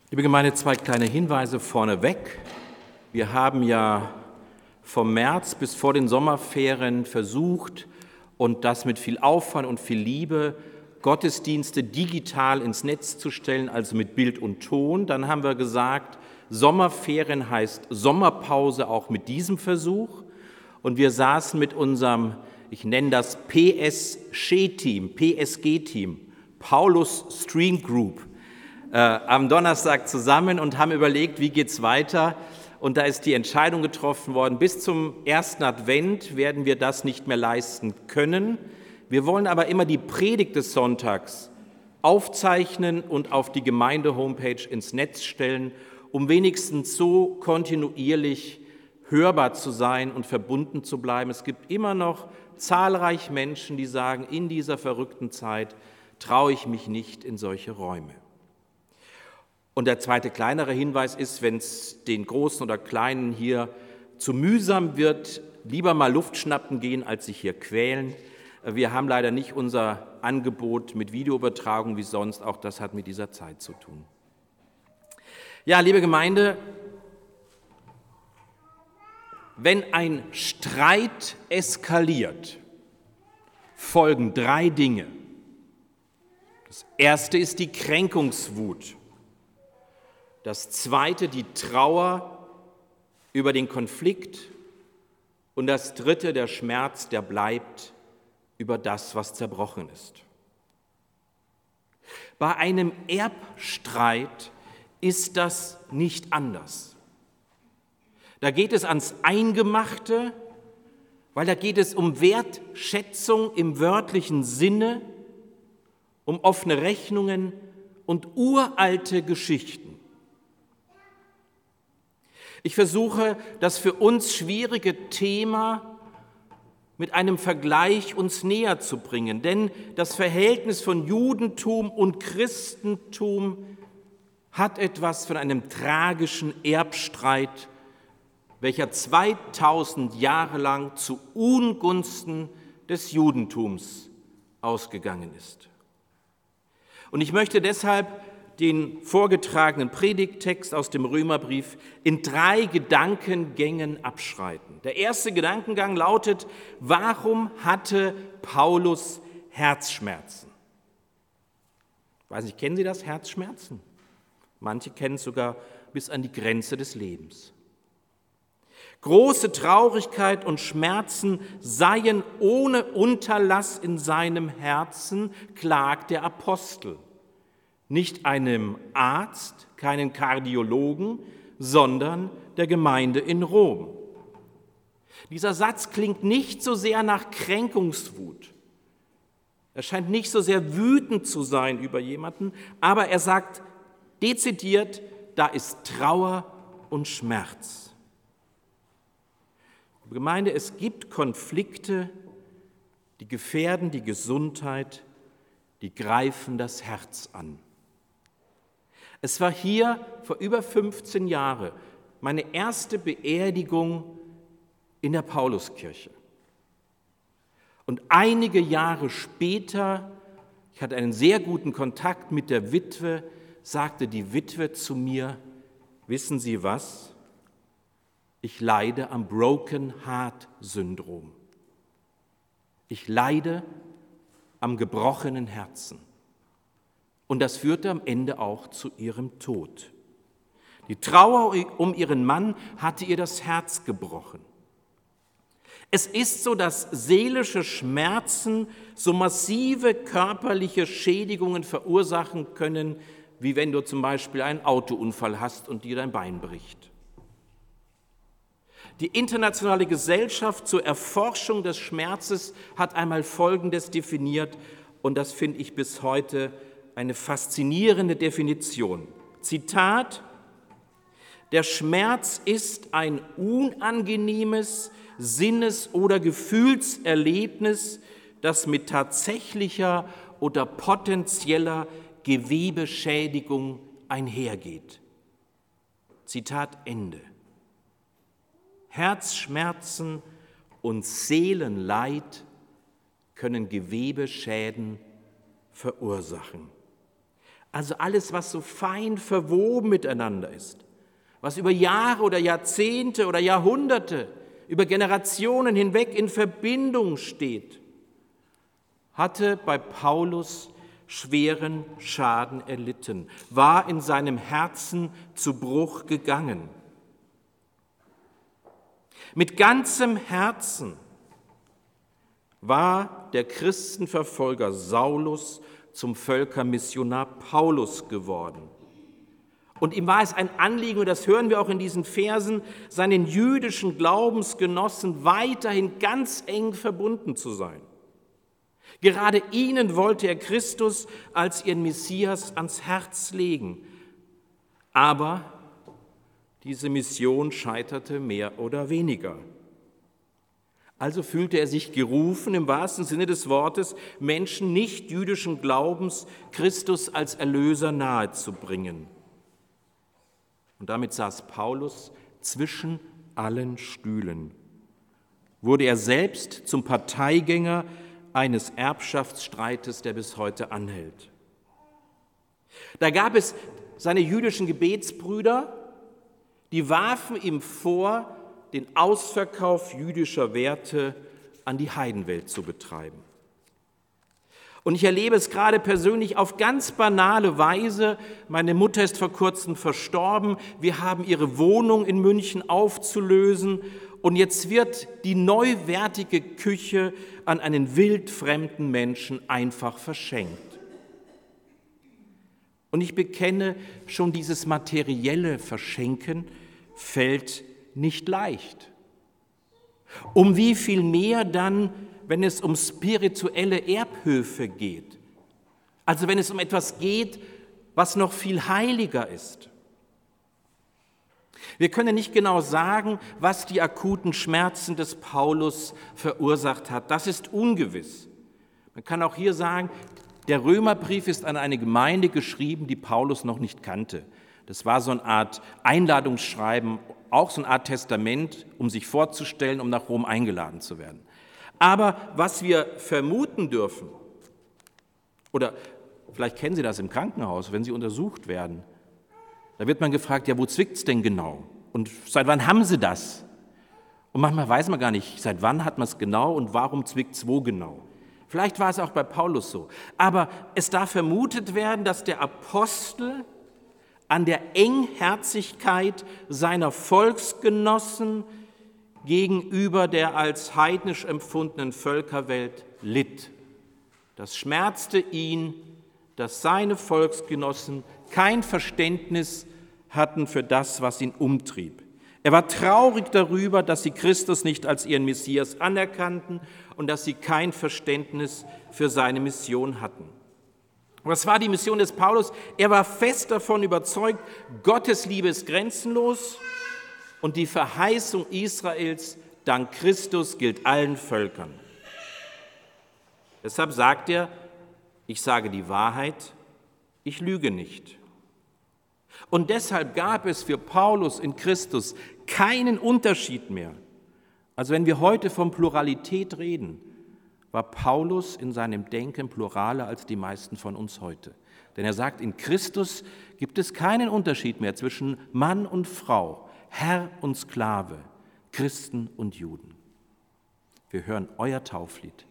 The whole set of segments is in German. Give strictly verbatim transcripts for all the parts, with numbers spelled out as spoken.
Liebe Gemeinde, zwei kleine Hinweise vorneweg. Wir haben ja vom März bis vor den Sommerferien versucht, und das mit viel Aufwand und viel Liebe, Gottesdienste digital ins Netz zu stellen, also mit Bild und Ton. Dann haben wir gesagt, Sommerferien heißt Sommerpause auch mit diesem Versuch. Und wir saßen mit unserem, ich nenne das P S G-Team, P S G-Team, Paulus Stream Group, äh, am Donnerstag zusammen und haben überlegt, wie geht's weiter. Und da ist die Entscheidung getroffen worden, bis zum ersten Advent werden wir das nicht mehr leisten können. Wir wollen aber immer die Predigt des Sonntags aufzeichnen und auf die Gemeinde-Homepage ins Netz stellen, um wenigstens so kontinuierlich hörbar zu sein und verbunden zu bleiben. Es gibt immer noch zahlreich Menschen, die sagen, in dieser verrückten Zeit traue ich mich nicht in solche Räume. Und der zweite kleinere Hinweis ist, wenn es den Großen oder Kleinen hier zu mühsam wird, lieber mal Luft schnappen gehen, als sich hier quälen. Wir haben leider nicht unser Angebot mit Videoübertragung wie sonst, auch das hat mit dieser Zeit zu tun. Ja, liebe Gemeinde, wenn ein Streit eskaliert, folgen drei Dinge. Das erste ist die Kränkungswut. Das zweite die Trauer über den Konflikt. Und das dritte der Schmerz, der bleibt über das, was zerbrochen ist. Bei einem Erbstreit ist das nicht anders. Da geht es ans Eingemachte, weil da geht es um Wertschätzung im wörtlichen Sinne, um offene Rechnungen und uralte Geschichten. Ich versuche, das für uns schwierige Thema mit einem Vergleich uns näher zu bringen, denn das Verhältnis von Judentum und Christentum hat etwas von einem tragischen Erbstreit, welcher zweitausend Jahre lang zu Ungunsten des Judentums ausgegangen ist. Und ich möchte deshalb den vorgetragenen Predigttext aus dem Römerbrief in drei Gedankengängen abschreiten. Der erste Gedankengang lautet: Warum hatte Paulus Herzschmerzen? Ich weiß nicht, kennen Sie das, Herzschmerzen? Manche kennen es sogar bis an die Grenze des Lebens. Große Traurigkeit und Schmerzen seien ohne Unterlass in seinem Herzen, klagt der Apostel. Nicht einem Arzt, keinen Kardiologen, sondern der Gemeinde in Rom. Dieser Satz klingt nicht so sehr nach Kränkungswut. Er scheint nicht so sehr wütend zu sein über jemanden, aber er sagt dezidiert, da ist Trauer und Schmerz. Gemeinde, es gibt Konflikte, die gefährden die Gesundheit, die greifen das Herz an. Es war hier vor über fünfzehn Jahren meine erste Beerdigung in der Pauluskirche. Und einige Jahre später, ich hatte einen sehr guten Kontakt mit der Witwe, sagte die Witwe zu mir: Wissen Sie was? Ich leide am Broken Heart Syndrom. Ich leide am gebrochenen Herzen. Und das führte am Ende auch zu ihrem Tod. Die Trauer um ihren Mann hatte ihr das Herz gebrochen. Es ist so, dass seelische Schmerzen so massive körperliche Schädigungen verursachen können, wie wenn du zum Beispiel einen Autounfall hast und dir dein Bein bricht. Die Internationale Gesellschaft zur Erforschung des Schmerzes hat einmal Folgendes definiert, und das finde ich bis heute eine faszinierende Definition. Zitat: Der Schmerz ist ein unangenehmes Sinnes- oder Gefühlserlebnis, das mit tatsächlicher oder potenzieller Gewebeschädigung einhergeht. Zitat Ende. Herzschmerzen und Seelenleid können Gewebeschäden verursachen. Also alles, was so fein verwoben miteinander ist, was über Jahre oder Jahrzehnte oder Jahrhunderte, über Generationen hinweg in Verbindung steht, hatte bei Paulus schweren Schaden erlitten, war in seinem Herzen zu Bruch gegangen. Mit ganzem Herzen war der Christenverfolger Saulus zum Völkermissionar Paulus geworden. Und ihm war es ein Anliegen, und das hören wir auch in diesen Versen, seinen jüdischen Glaubensgenossen weiterhin ganz eng verbunden zu sein. Gerade ihnen wollte er Christus als ihren Messias ans Herz legen. Aber diese Mission scheiterte mehr oder weniger. Also fühlte er sich gerufen, im wahrsten Sinne des Wortes, Menschen nicht jüdischen Glaubens Christus als Erlöser nahezubringen. Und damit saß Paulus zwischen allen Stühlen. Wurde er selbst zum Parteigänger eines Erbschaftsstreites, der bis heute anhält. Da gab es seine jüdischen Gebetsbrüder, die warfen ihm vor, den Ausverkauf jüdischer Werte an die Heidenwelt zu betreiben. Und ich erlebe es gerade persönlich auf ganz banale Weise. Meine Mutter ist vor kurzem verstorben. Wir haben ihre Wohnung in München aufzulösen. Und jetzt wird die neuwertige Küche an einen wildfremden Menschen einfach verschenkt. Und ich bekenne, schon dieses materielle Verschenken fällt nicht leicht. Um wie viel mehr dann, wenn es um spirituelle Erbhöfe geht. Also wenn es um etwas geht, was noch viel heiliger ist. Wir können nicht genau sagen, was die akuten Schmerzen des Paulus verursacht hat. Das ist ungewiss. Man kann auch hier sagen, der Römerbrief ist an eine Gemeinde geschrieben, die Paulus noch nicht kannte. Das war so eine Art Einladungsschreiben, auch so eine Art Testament, um sich vorzustellen, um nach Rom eingeladen zu werden. Aber was wir vermuten dürfen, oder vielleicht kennen Sie das im Krankenhaus, wenn Sie untersucht werden, da wird man gefragt, ja, wo zwickt es denn genau? Und seit wann haben Sie das? Und manchmal weiß man gar nicht, seit wann hat man es genau und warum zwickt es wo genau. Vielleicht war es auch bei Paulus so. Aber es darf vermutet werden, dass der Apostel an der Engherzigkeit seiner Volksgenossen gegenüber der als heidnisch empfundenen Völkerwelt litt. Das schmerzte ihn, dass seine Volksgenossen kein Verständnis hatten für das, was ihn umtrieb. Er war traurig darüber, dass sie Christus nicht als ihren Messias anerkannten und dass sie kein Verständnis für seine Mission hatten. Was war die Mission des Paulus? Er war fest davon überzeugt, Gottes Liebe ist grenzenlos und die Verheißung Israels dank Christus gilt allen Völkern. Deshalb sagt er, ich sage die Wahrheit, ich lüge nicht. Und deshalb gab es für Paulus in Christus keinen Unterschied mehr. Also wenn wir heute von Pluralität reden, war Paulus in seinem Denken pluraler als die meisten von uns heute. Denn er sagt, in Christus gibt es keinen Unterschied mehr zwischen Mann und Frau, Herr und Sklave, Christen und Juden. Wir hören euer Tauflied.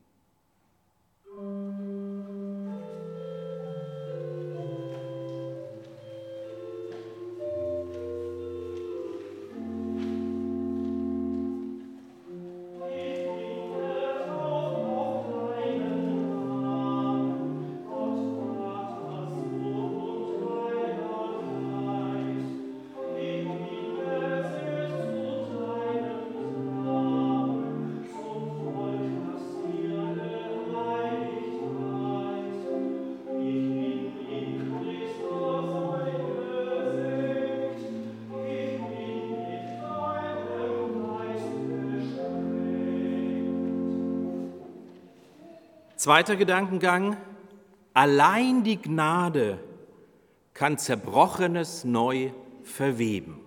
Zweiter Gedankengang, allein die Gnade kann Zerbrochenes neu verweben.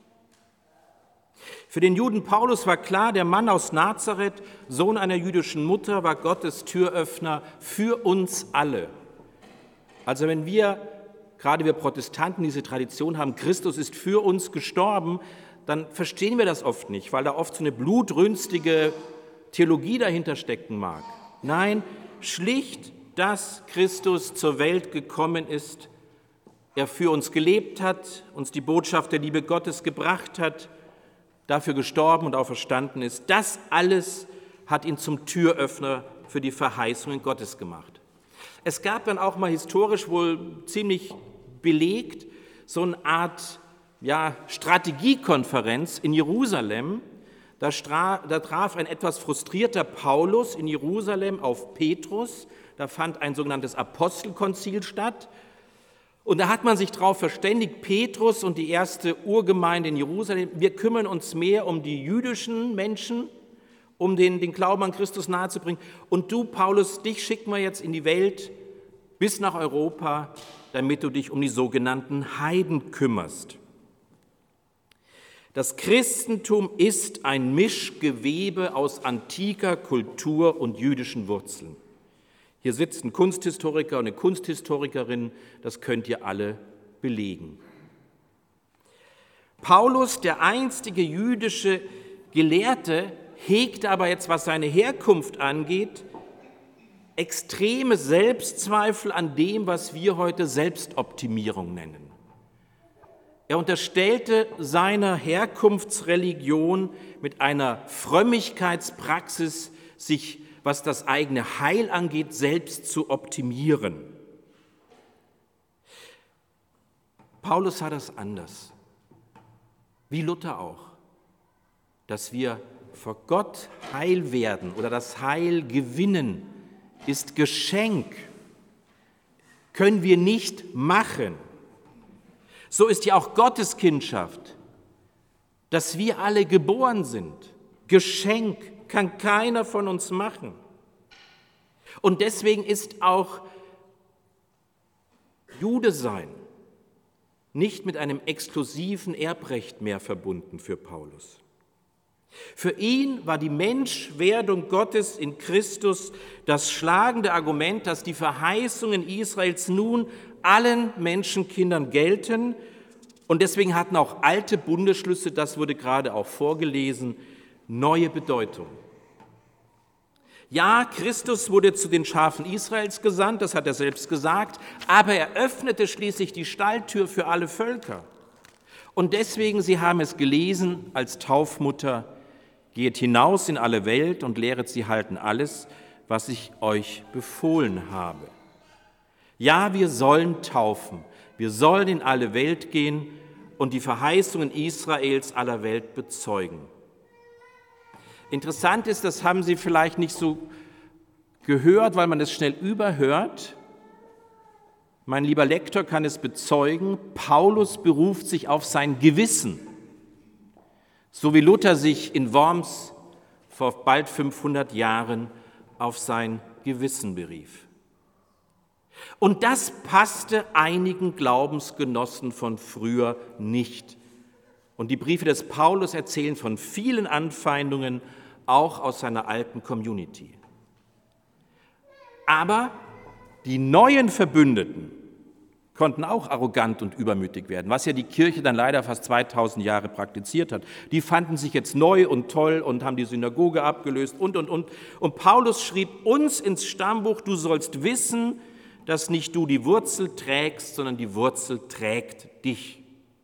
Für den Juden Paulus war klar, der Mann aus Nazareth, Sohn einer jüdischen Mutter, war Gottes Türöffner für uns alle. Also wenn wir gerade wir Protestanten diese Tradition haben, Christus ist für uns gestorben, dann verstehen wir das oft nicht, weil da oft so eine blutrünstige Theologie dahinter stecken mag. Nein, schlicht, dass Christus zur Welt gekommen ist, er für uns gelebt hat, uns die Botschaft der Liebe Gottes gebracht hat, dafür gestorben und auferstanden ist. Das alles hat ihn zum Türöffner für die Verheißungen Gottes gemacht. Es gab dann auch mal historisch wohl ziemlich belegt so eine Art ja, Strategiekonferenz in Jerusalem. Da, stra- da traf ein etwas frustrierter Paulus in Jerusalem auf Petrus. Da fand ein sogenanntes Apostelkonzil statt. Und da hat man sich darauf verständigt, Petrus und die erste Urgemeinde in Jerusalem, wir kümmern uns mehr um die jüdischen Menschen, um den, den Glauben an Christus nahezubringen. Und du, Paulus, dich schicken wir jetzt in die Welt bis nach Europa, damit du dich um die sogenannten Heiden kümmerst. Das Christentum ist ein Mischgewebe aus antiker Kultur und jüdischen Wurzeln. Hier sitzt ein Kunsthistoriker und eine Kunsthistorikerin, das könnt ihr alle belegen. Paulus, der einstige jüdische Gelehrte, hegte aber jetzt, was seine Herkunft angeht, extreme Selbstzweifel an dem, was wir heute Selbstoptimierung nennen. Er unterstellte seiner Herkunftsreligion mit einer Frömmigkeitspraxis, sich, was das eigene Heil angeht, selbst zu optimieren. Paulus sah das anders, wie Luther auch, dass wir vor Gott heil werden oder das Heil gewinnen, ist Geschenk, können wir nicht machen. So ist ja auch Gottes Kindschaft, dass wir alle geboren sind. Geschenk kann keiner von uns machen. Und deswegen ist auch Jude sein nicht mit einem exklusiven Erbrecht mehr verbunden für Paulus. Für ihn war die Menschwerdung Gottes in Christus das schlagende Argument, dass die Verheißungen Israels nun allen Menschenkindern gelten. Und deswegen hatten auch alte Bundesschlüsse, das wurde gerade auch vorgelesen, neue Bedeutung. Ja, Christus wurde zu den Schafen Israels gesandt, das hat er selbst gesagt, aber er öffnete schließlich die Stalltür für alle Völker. Und deswegen, Sie haben es gelesen als Taufmutter, geht hinaus in alle Welt und lehret sie halten alles, was ich euch befohlen habe. Ja, wir sollen taufen, wir sollen in alle Welt gehen und die Verheißungen Israels aller Welt bezeugen. Interessant ist, das haben Sie vielleicht nicht so gehört, weil man es schnell überhört. Mein lieber Lektor kann es bezeugen, Paulus beruft sich auf sein Gewissen. So wie Luther sich in Worms vor bald fünfhundert Jahren auf sein Gewissen berief. Und das passte einigen Glaubensgenossen von früher nicht. Und die Briefe des Paulus erzählen von vielen Anfeindungen, auch aus seiner alten Community. Aber die neuen Verbündeten konnten auch arrogant und übermütig werden, was ja die Kirche dann leider fast zweitausend Jahre praktiziert hat. Die fanden sich jetzt neu und toll und haben die Synagoge abgelöst und, und, und. Und Paulus schrieb uns ins Stammbuch, du sollst wissen, dass nicht du die Wurzel trägst, sondern die Wurzel trägt dich.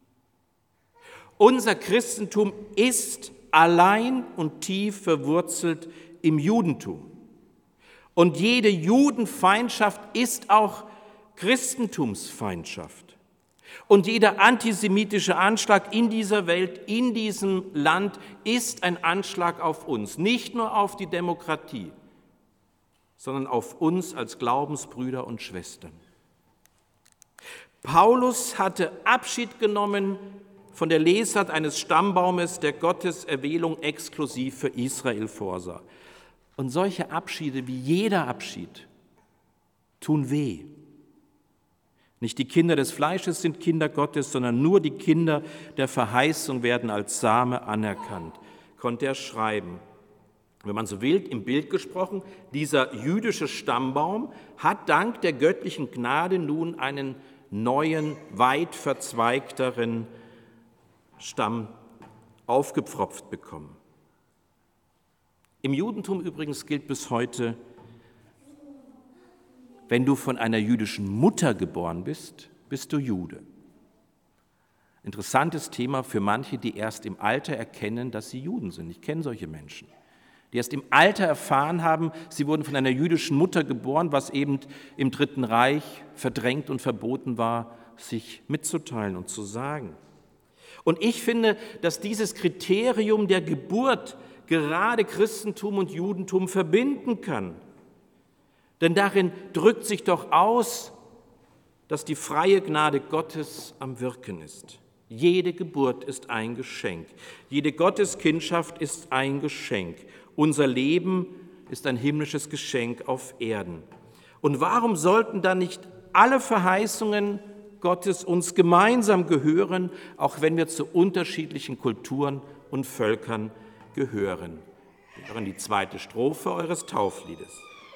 Unser Christentum ist allein und tief verwurzelt im Judentum. Und jede Judenfeindschaft ist auch Christentumsfeindschaft. Und jeder antisemitische Anschlag in dieser Welt, in diesem Land, ist ein Anschlag auf uns. Nicht nur auf die Demokratie, sondern auf uns als Glaubensbrüder und Schwestern. Paulus hatte Abschied genommen von der Lesart eines Stammbaumes, der Gottes Erwählung exklusiv für Israel vorsah. Und solche Abschiede, wie jeder Abschied, tun weh. Nicht die Kinder des Fleisches sind Kinder Gottes, sondern nur die Kinder der Verheißung werden als Same anerkannt, konnte er schreiben. Wenn man so will, im Bild gesprochen, dieser jüdische Stammbaum hat dank der göttlichen Gnade nun einen neuen, weit verzweigteren Stamm aufgepfropft bekommen. Im Judentum übrigens gilt bis heute, wenn du von einer jüdischen Mutter geboren bist, bist du Jude. Interessantes Thema für manche, die erst im Alter erkennen, dass sie Juden sind. Ich kenne solche Menschen, die erst im Alter erfahren haben, sie wurden von einer jüdischen Mutter geboren, was eben im Dritten Reich verdrängt und verboten war, sich mitzuteilen und zu sagen. Und ich finde, dass dieses Kriterium der Geburt gerade Christentum und Judentum verbinden kann. Denn darin drückt sich doch aus, dass die freie Gnade Gottes am Wirken ist. Jede Geburt ist ein Geschenk. Jede Gotteskindschaft ist ein Geschenk. Unser Leben ist ein himmlisches Geschenk auf Erden. Und warum sollten dann nicht alle Verheißungen Gottes uns gemeinsam gehören, auch wenn wir zu unterschiedlichen Kulturen und Völkern gehören? Wir hören die zweite Strophe eures Taufliedes.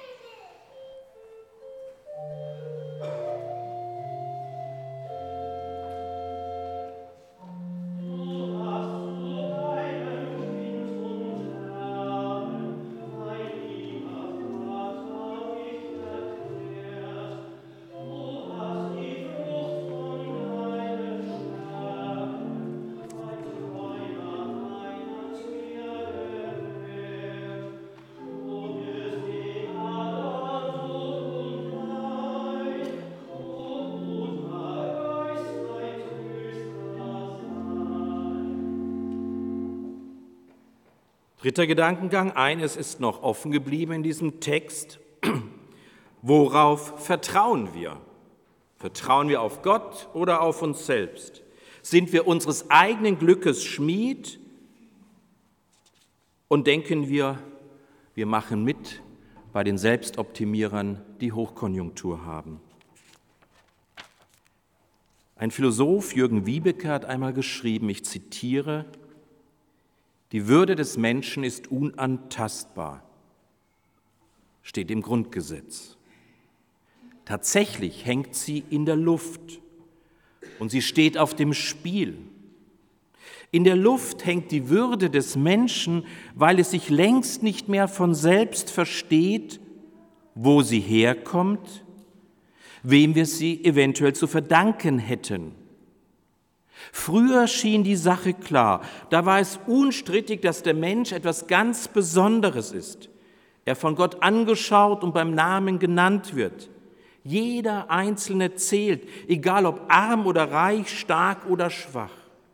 Dritter Gedankengang, eines ist noch offen geblieben in diesem Text. Worauf vertrauen wir? Vertrauen wir auf Gott oder auf uns selbst? Sind wir unseres eigenen Glückes Schmied und denken wir, wir machen mit bei den Selbstoptimierern, die Hochkonjunktur haben? Ein Philosoph, Jürgen Wiebeke, hat einmal geschrieben, ich zitiere, die Würde des Menschen ist unantastbar, steht im Grundgesetz. Tatsächlich hängt sie in der Luft und sie steht auf dem Spiel. In der Luft hängt die Würde des Menschen, weil es sich längst nicht mehr von selbst versteht, wo sie herkommt, wem wir sie eventuell zu verdanken hätten. Früher schien die Sache klar, da war es unstrittig, dass der Mensch etwas ganz Besonderes ist. Er von Gott angeschaut und beim Namen genannt wird. Jeder Einzelne zählt, egal ob arm oder reich, stark oder schwach.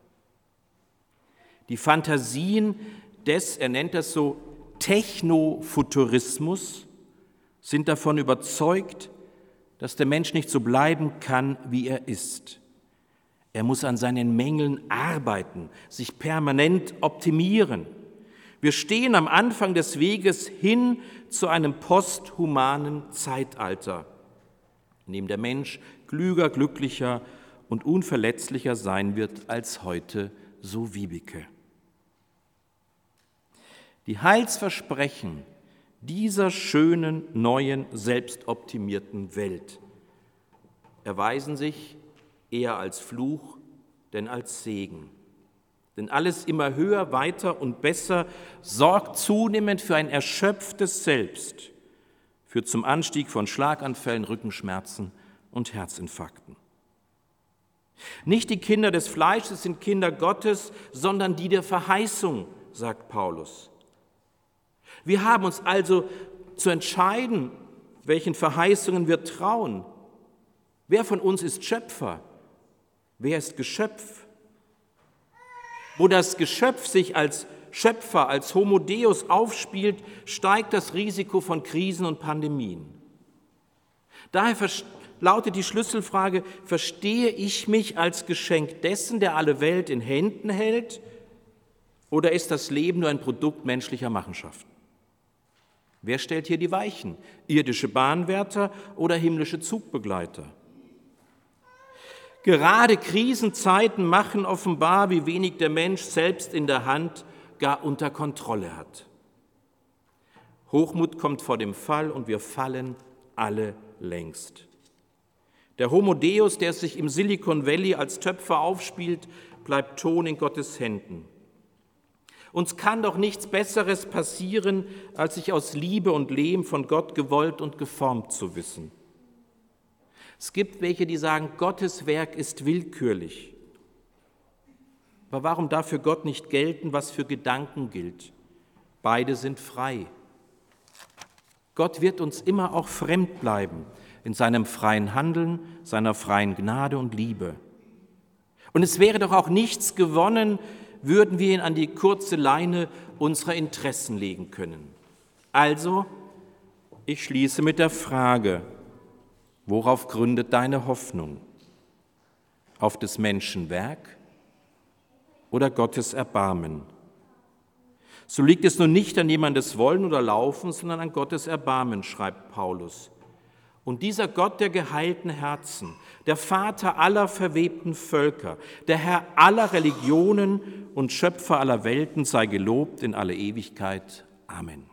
Die Fantasien des, er nennt das so, Technofuturismus sind davon überzeugt, dass der Mensch nicht so bleiben kann, wie er ist. Er muss an seinen Mängeln arbeiten, sich permanent optimieren. Wir stehen am Anfang des Weges hin zu einem posthumanen Zeitalter, in dem der Mensch klüger, glücklicher und unverletzlicher sein wird als heute, so Wiebeke. Die Heilsversprechen dieser schönen, neuen, selbstoptimierten Welt erweisen sich eher als Fluch, denn als Segen. Denn alles immer höher, weiter und besser sorgt zunehmend für ein erschöpftes Selbst, führt zum Anstieg von Schlaganfällen, Rückenschmerzen und Herzinfarkten. Nicht die Kinder des Fleisches sind Kinder Gottes, sondern die der Verheißung, sagt Paulus. Wir haben uns also zu entscheiden, welchen Verheißungen wir trauen. Wer von uns ist Schöpfer? Wer ist Geschöpf? Wo das Geschöpf sich als Schöpfer, als Homo Deus aufspielt, steigt das Risiko von Krisen und Pandemien. Daher lautet die Schlüsselfrage, verstehe ich mich als Geschenk dessen, der alle Welt in Händen hält, oder ist das Leben nur ein Produkt menschlicher Machenschaften? Wer stellt hier die Weichen? Irdische Bahnwärter oder himmlische Zugbegleiter? Gerade Krisenzeiten machen offenbar, wie wenig der Mensch selbst in der Hand, gar unter Kontrolle hat. Hochmut kommt vor dem Fall und wir fallen alle längst. Der Homo Deus, der sich im Silicon Valley als Töpfer aufspielt, bleibt Ton in Gottes Händen. Uns kann doch nichts Besseres passieren, als sich aus Liebe und Lehm von Gott gewollt und geformt zu wissen. Es gibt welche, die sagen, Gottes Werk ist willkürlich. Aber warum darf für Gott nicht gelten, was für Gedanken gilt? Beide sind frei. Gott wird uns immer auch fremd bleiben in seinem freien Handeln, seiner freien Gnade und Liebe. Und es wäre doch auch nichts gewonnen, würden wir ihn an die kurze Leine unserer Interessen legen können. Also, ich schließe mit der Frage, worauf gründet deine Hoffnung? Auf des Menschen Werk oder Gottes Erbarmen? So liegt es nun nicht an jemandes Wollen oder Laufen, sondern an Gottes Erbarmen, schreibt Paulus. Und dieser Gott der geheilten Herzen, der Vater aller verwebten Völker, der Herr aller Religionen und Schöpfer aller Welten sei gelobt in alle Ewigkeit. Amen.